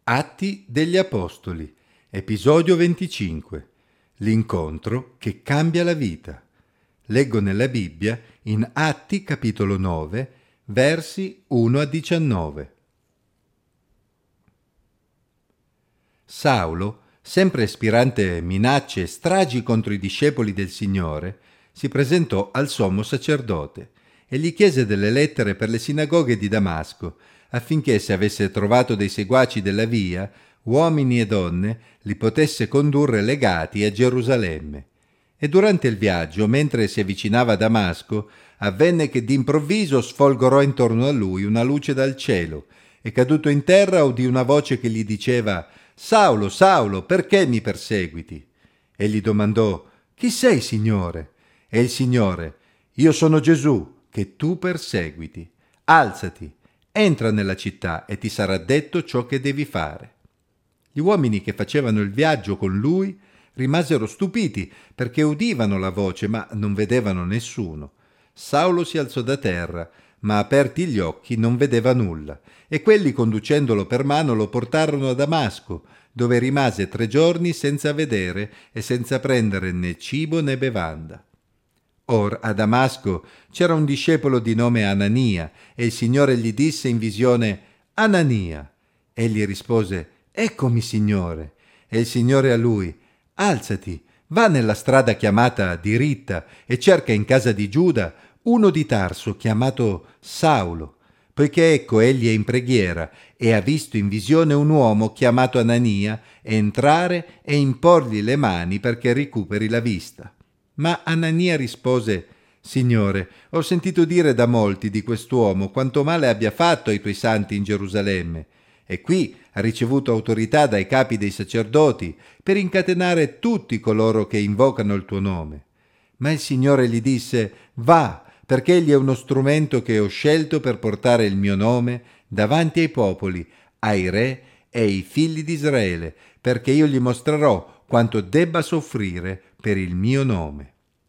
Atti degli Apostoli, episodio 25. L'incontro che cambia la vita. Leggo nella Bibbia in Atti capitolo 9, versi 1 a 19. Saulo, sempre ispirante minacce e stragi contro i discepoli del Signore, si presentò al sommo sacerdote e gli chiese delle lettere per le sinagoghe di Damasco, affinché se avesse trovato dei seguaci della via, uomini e donne, li potesse condurre legati a Gerusalemme. E durante il viaggio, mentre si avvicinava a Damasco, avvenne che d'improvviso sfolgorò intorno a lui una luce dal cielo, e caduto in terra udì una voce che gli diceva: «Saulo, Saulo, perché mi perseguiti?» Egli domandò: «Chi sei, Signore?» E il Signore: «Io sono Gesù, che tu perseguiti. Alzati, entra nella città e ti sarà detto ciò che devi fare». Gli uomini che facevano il viaggio con lui rimasero stupiti perché udivano la voce ma non vedevano nessuno. Saulo si alzò da terra, ma aperti gli occhi non vedeva nulla, e quelli conducendolo per mano lo portarono a Damasco, dove rimase 3 giorni senza vedere e senza prendere né cibo né bevanda. Or a Damasco c'era un discepolo di nome Anania, e il Signore gli disse in visione: «Anania!» Egli rispose: «Eccomi, Signore». E il Signore a lui: «Alzati, va nella strada chiamata Diritta e cerca in casa di Giuda uno di Tarso chiamato Saulo, poiché ecco egli è in preghiera e ha visto in visione un uomo chiamato Anania entrare e imporgli le mani perché recuperi la vista». Ma Anania rispose: «Signore, ho sentito dire da molti di quest'uomo quanto male abbia fatto ai tuoi santi in Gerusalemme, e qui ha ricevuto autorità dai capi dei sacerdoti per incatenare tutti coloro che invocano il tuo nome». Ma il Signore gli disse: «Va, perché egli è uno strumento che ho scelto per portare il mio nome davanti ai popoli, ai re e ai figli di Israele, perché io gli mostrerò quanto debba soffrire per il mio nome».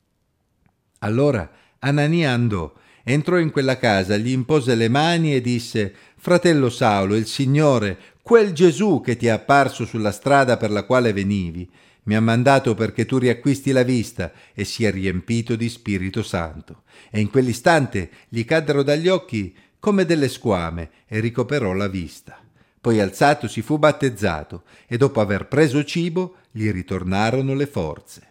Allora Anania andò, entrò in quella casa, gli impose le mani e disse: «Fratello Saulo, il Signore, quel Gesù che ti è apparso sulla strada per la quale venivi, mi ha mandato perché tu riacquisti la vista e sia riempito di Spirito Santo». E in quell'istante gli caddero dagli occhi come delle squame e ricoperò la vista. Poi alzatosi fu battezzato, e dopo aver preso cibo gli ritornarono le forze.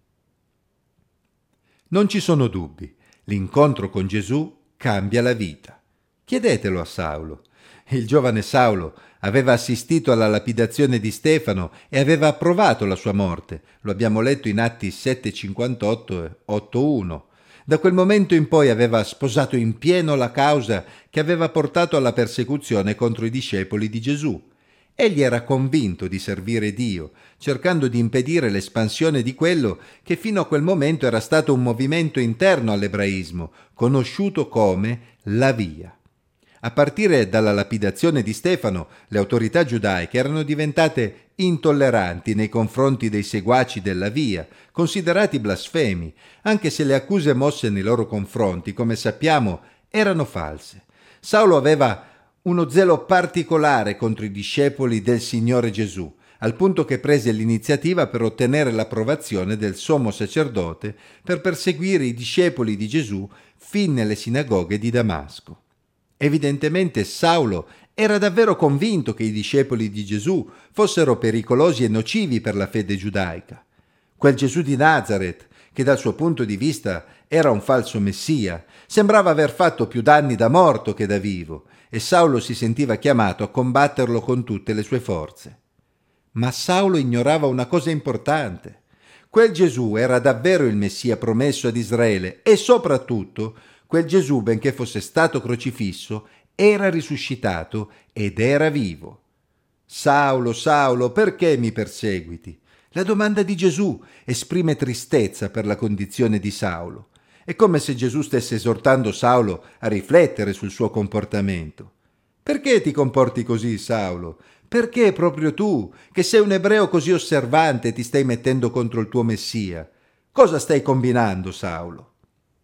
Non ci sono dubbi, l'incontro con Gesù cambia la vita. Chiedetelo a Saulo. Il giovane Saulo aveva assistito alla lapidazione di Stefano e aveva approvato la sua morte. Lo abbiamo letto in Atti 7,58 e 8,1. Da quel momento in poi aveva sposato in pieno la causa che aveva portato alla persecuzione contro i discepoli di Gesù. Egli era convinto di servire Dio, cercando di impedire l'espansione di quello che fino a quel momento era stato un movimento interno all'ebraismo, conosciuto come la Via. A partire dalla lapidazione di Stefano, le autorità giudaiche erano diventate intolleranti nei confronti dei seguaci della Via, considerati blasfemi, anche se le accuse mosse nei loro confronti, come sappiamo, erano false. Saulo aveva uno zelo particolare contro i discepoli del Signore Gesù, al punto che prese l'iniziativa per ottenere l'approvazione del sommo sacerdote per perseguire i discepoli di Gesù fin nelle sinagoghe di Damasco. Evidentemente Saulo era davvero convinto che i discepoli di Gesù fossero pericolosi e nocivi per la fede giudaica. Quel Gesù di Nazaret, che dal suo punto di vista era un falso messia, sembrava aver fatto più danni da morto che da vivo, e Saulo si sentiva chiamato a combatterlo con tutte le sue forze. Ma Saulo ignorava una cosa importante. Quel Gesù era davvero il Messia promesso ad Israele e soprattutto quel Gesù, benché fosse stato crocifisso, era risuscitato ed era vivo. «Saulo, Saulo, perché mi perseguiti?» La domanda di Gesù esprime tristezza per la condizione di Saulo. È come se Gesù stesse esortando Saulo a riflettere sul suo comportamento. «Perché ti comporti così, Saulo? Perché proprio tu, che sei un ebreo così osservante, ti stai mettendo contro il tuo Messia? Cosa stai combinando, Saulo?»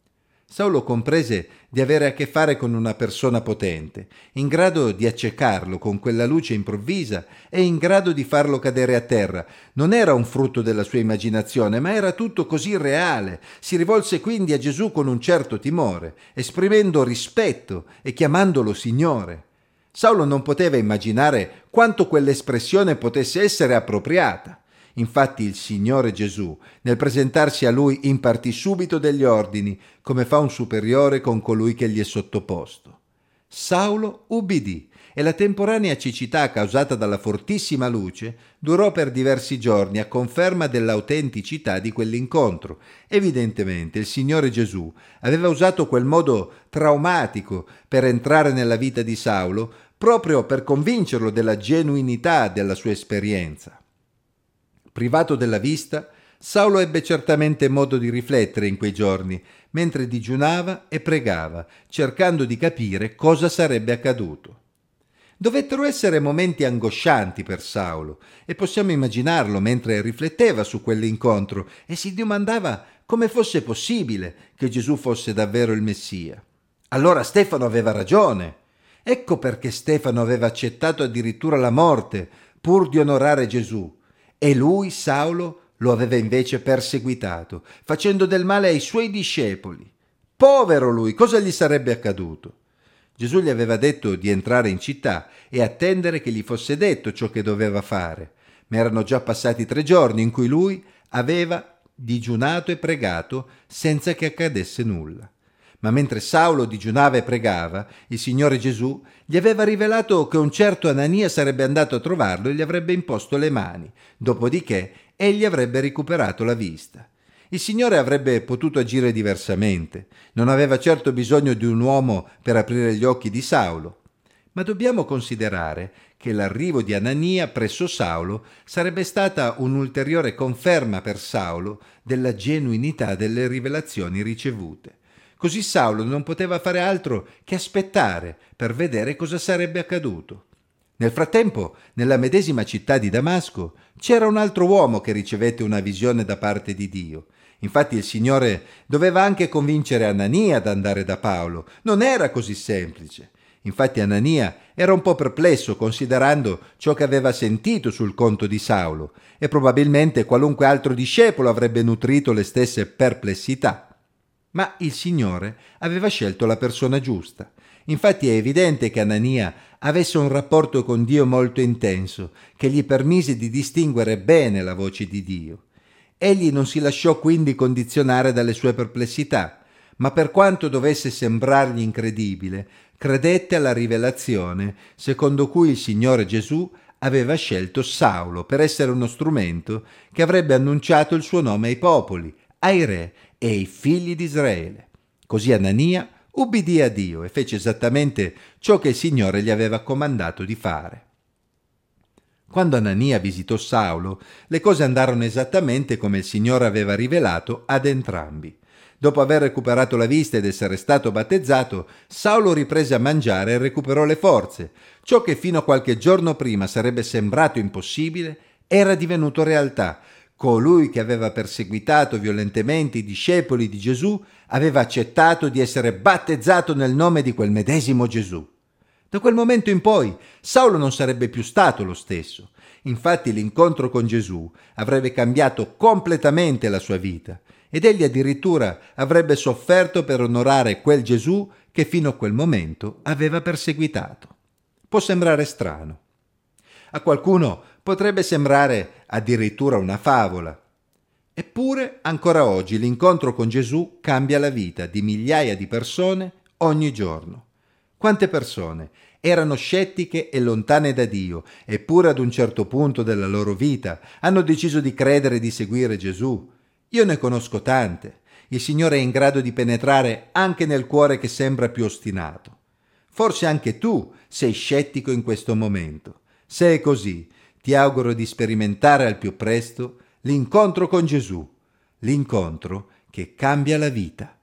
Saulo comprese di avere a che fare con una persona potente, in grado di accecarlo con quella luce improvvisa e in grado di farlo cadere a terra. Non era un frutto della sua immaginazione, ma era tutto così reale. Si rivolse quindi a Gesù con un certo timore, esprimendo rispetto e chiamandolo Signore. Saulo non poteva immaginare quanto quell'espressione potesse essere appropriata. Infatti il Signore Gesù, nel presentarsi a lui, impartì subito degli ordini, come fa un superiore con colui che gli è sottoposto. Saulo ubbidì e la temporanea cecità causata dalla fortissima luce durò per diversi giorni a conferma dell'autenticità di quell'incontro. Evidentemente il Signore Gesù aveva usato quel modo traumatico per entrare nella vita di Saulo proprio per convincerlo della genuinità della sua esperienza. Privato della vista, Saulo ebbe certamente modo di riflettere in quei giorni, mentre digiunava e pregava, cercando di capire cosa sarebbe accaduto. Dovettero essere momenti angoscianti per Saulo, e possiamo immaginarlo mentre rifletteva su quell'incontro e si domandava come fosse possibile che Gesù fosse davvero il Messia. Allora Stefano aveva ragione. Ecco perché Stefano aveva accettato addirittura la morte pur di onorare Gesù. E lui, Saulo, lo aveva invece perseguitato, facendo del male ai suoi discepoli. Povero lui, cosa gli sarebbe accaduto? Gesù gli aveva detto di entrare in città e attendere che gli fosse detto ciò che doveva fare, ma erano già passati 3 giorni in cui lui aveva digiunato e pregato senza che accadesse nulla. Ma mentre Saulo digiunava e pregava, il Signore Gesù gli aveva rivelato che un certo Anania sarebbe andato a trovarlo e gli avrebbe imposto le mani, dopodiché egli avrebbe recuperato la vista. Il Signore avrebbe potuto agire diversamente, non aveva certo bisogno di un uomo per aprire gli occhi di Saulo, ma dobbiamo considerare che l'arrivo di Anania presso Saulo sarebbe stata un'ulteriore conferma per Saulo della genuinità delle rivelazioni ricevute. Così Saulo non poteva fare altro che aspettare per vedere cosa sarebbe accaduto. Nel frattempo, nella medesima città di Damasco, c'era un altro uomo che ricevette una visione da parte di Dio. Infatti il Signore doveva anche convincere Anania ad andare da Paolo. Non era così semplice. Infatti Anania era un po' perplesso considerando ciò che aveva sentito sul conto di Saulo e probabilmente qualunque altro discepolo avrebbe nutrito le stesse perplessità. Ma il Signore aveva scelto la persona giusta. Infatti è evidente che Anania avesse un rapporto con Dio molto intenso, che gli permise di distinguere bene la voce di Dio. Egli non si lasciò quindi condizionare dalle sue perplessità, ma per quanto dovesse sembrargli incredibile, credette alla rivelazione secondo cui il Signore Gesù aveva scelto Saulo per essere uno strumento che avrebbe annunciato il suo nome ai popoli, ai re e ai figli di Israele. Così Anania ubbidì a Dio e fece esattamente ciò che il Signore gli aveva comandato di fare. Quando Anania visitò Saulo, le cose andarono esattamente come il Signore aveva rivelato ad entrambi. Dopo aver recuperato la vista ed essere stato battezzato, Saulo riprese a mangiare e recuperò le forze. Ciò che fino a qualche giorno prima sarebbe sembrato impossibile era divenuto realtà. Colui che aveva perseguitato violentemente i discepoli di Gesù aveva accettato di essere battezzato nel nome di quel medesimo Gesù. Da quel momento in poi Saulo non sarebbe più stato lo stesso. Infatti l'incontro con Gesù avrebbe cambiato completamente la sua vita ed egli addirittura avrebbe sofferto per onorare quel Gesù che fino a quel momento aveva perseguitato. Può sembrare strano. A qualcuno potrebbe sembrare addirittura una favola. Eppure, ancora oggi, l'incontro con Gesù cambia la vita di migliaia di persone ogni giorno. Quante persone erano scettiche e lontane da Dio, eppure ad un certo punto della loro vita hanno deciso di credere e di seguire Gesù. Io ne conosco tante. Il Signore è in grado di penetrare anche nel cuore che sembra più ostinato. Forse anche tu sei scettico in questo momento. Se è così, ti auguro di sperimentare al più presto l'incontro con Gesù, l'incontro che cambia la vita.